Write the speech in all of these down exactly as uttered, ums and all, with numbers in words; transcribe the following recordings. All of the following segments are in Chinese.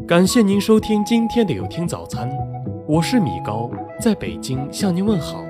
感谢您收听今天的有听早餐，我是米高，在北京向您问好。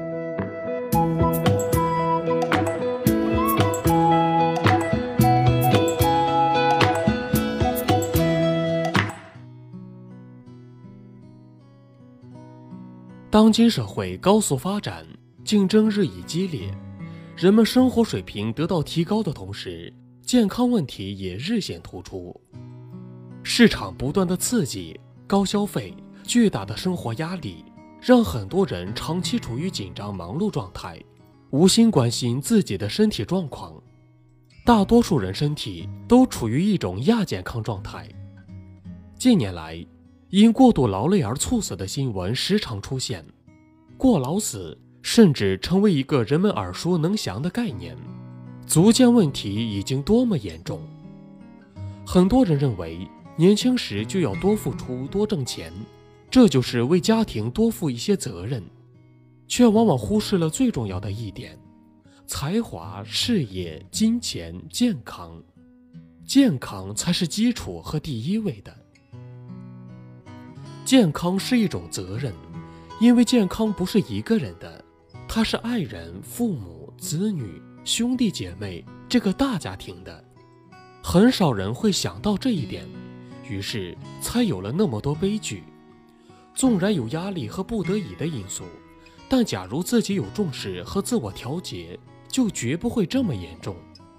当今社会高速发展，竞争日益激烈，人们生活水平得到提高的同时，健康问题也日显突出。市场不断的刺激，高消费、巨大的生活压力，让很多人长期处于紧张忙碌状态，无心关心自己的身体状况。大多数人身体都处于一种亚健康状态。近年来，因过度劳累而猝死的新闻时常出现，过劳死甚至成为一个人们耳熟能详的概念，足见问题已经多么严重。很多人认为年轻时就要多付出多挣钱，这就是为家庭多负一些责任，却往往忽视了最重要的一点：才华、事业、金钱、健康。健康才是基础和第一位的。健康是一种责任，因为健康不是一个人的，它是爱人、父母、子女、兄弟姐妹这个大家庭的。很少人会想到这一点，于是才有了那么多悲剧。纵然有压力和不得已的因素，但假如自己有重视和自我调节，就绝不会这么严重。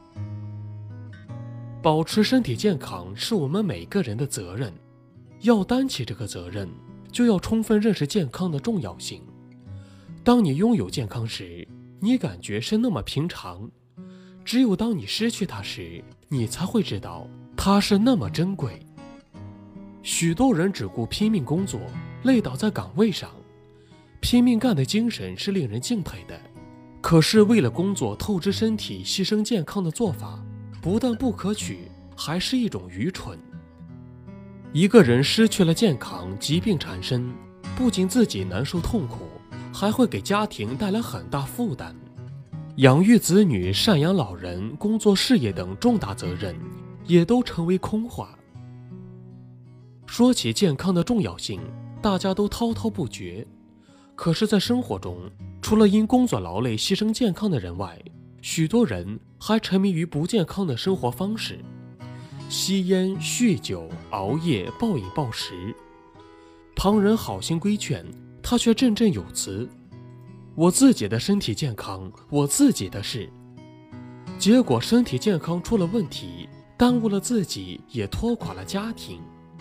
保持身体健康是我们每个人的责任，要担起这个责任，就要充分认识健康的重要性。当你拥有健康时，你感觉是那么平常，只有当你失去它时，你才会知道它是那么珍贵。许多人只顾拼命工作，累倒在岗位上，拼命干的精神是令人敬佩的。可是为了工作透支身体、牺牲健康的做法，不但不可取，还是一种愚蠢。一个人失去了健康，疾病缠身，不仅自己难受痛苦，还会给家庭带来很大负担。养育子女、赡养老人、工作事业等重大责任，也都成为空话。说起健康的重要性，大家都滔滔不绝。可是在生活中，除了因工作劳累牺牲健康的人外，许多人还沉迷于不健康的生活方式，吸烟、酗酒、熬夜、暴饮暴食。旁人好心规劝，他却振振有词：我自己的身体健康，我自己的事。结果身体健康出了问题，耽误了自己，也拖垮了家庭。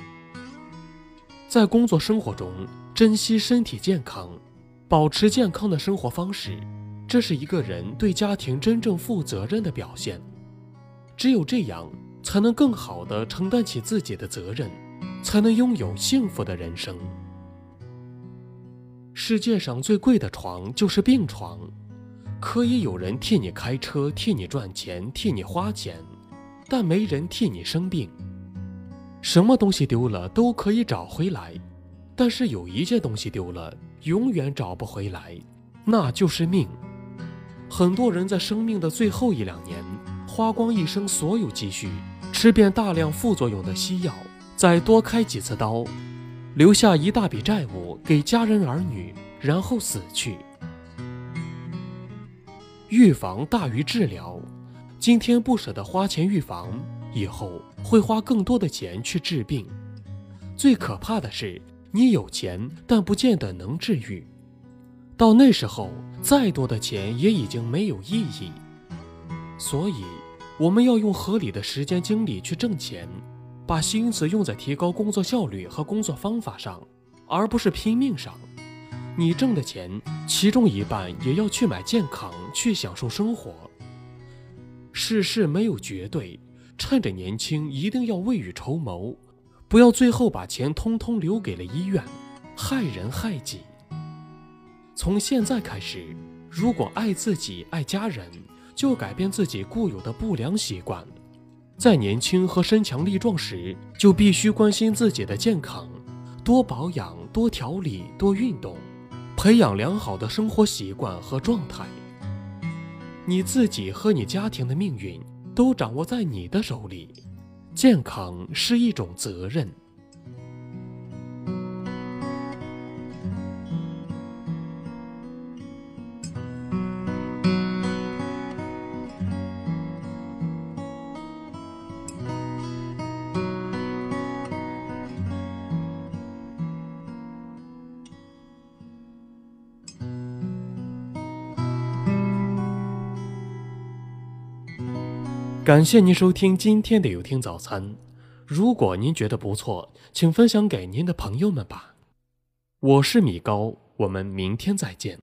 在工作生活中，珍惜身体健康，保持健康的生活方式，这是一个人对家庭真正负责任的表现。只有这样，才能更好地承担起自己的责任，才能拥有幸福的人生。世界上最贵的床就是病床，可以有人替你开车，替你赚钱，替你花钱，但没人替你生病。什么东西丢了都可以找回来，但是有一件东西丢了，永远找不回来，那就是命。很多人在生命的最后一两年，花光一生所有积蓄，吃遍大量副作用的西药，再多开几次刀，留下一大笔债务给家人儿女，然后死去。预防大于治疗，今天不舍得花钱预防，以后会花更多的钱去治病。最可怕的是，你有钱，但不见得能治愈。到那时候，再多的钱也已经没有意义。所以，我们要用合理的时间精力去挣钱，把心思用在提高工作效率和工作方法上，而不是拼命上。你挣的钱，其中一半也要去买健康，去享受生活。世事没有绝对，趁着年轻一定要未雨绸缪，不要最后把钱通通留给了医院，害人害己。从现在开始，如果爱自己、爱家人，就改变自己固有的不良习惯。在年轻和身强力壮时，就必须关心自己的健康，多保养、多调理、多运动，培养良好的生活习惯和状态。你自己和你家庭的命运都掌握在你的手里，健康是一种责任。 感谢您收听今天的有听早餐。如果您觉得不错，请分享给您的朋友们吧。我是米高，我们明天再见。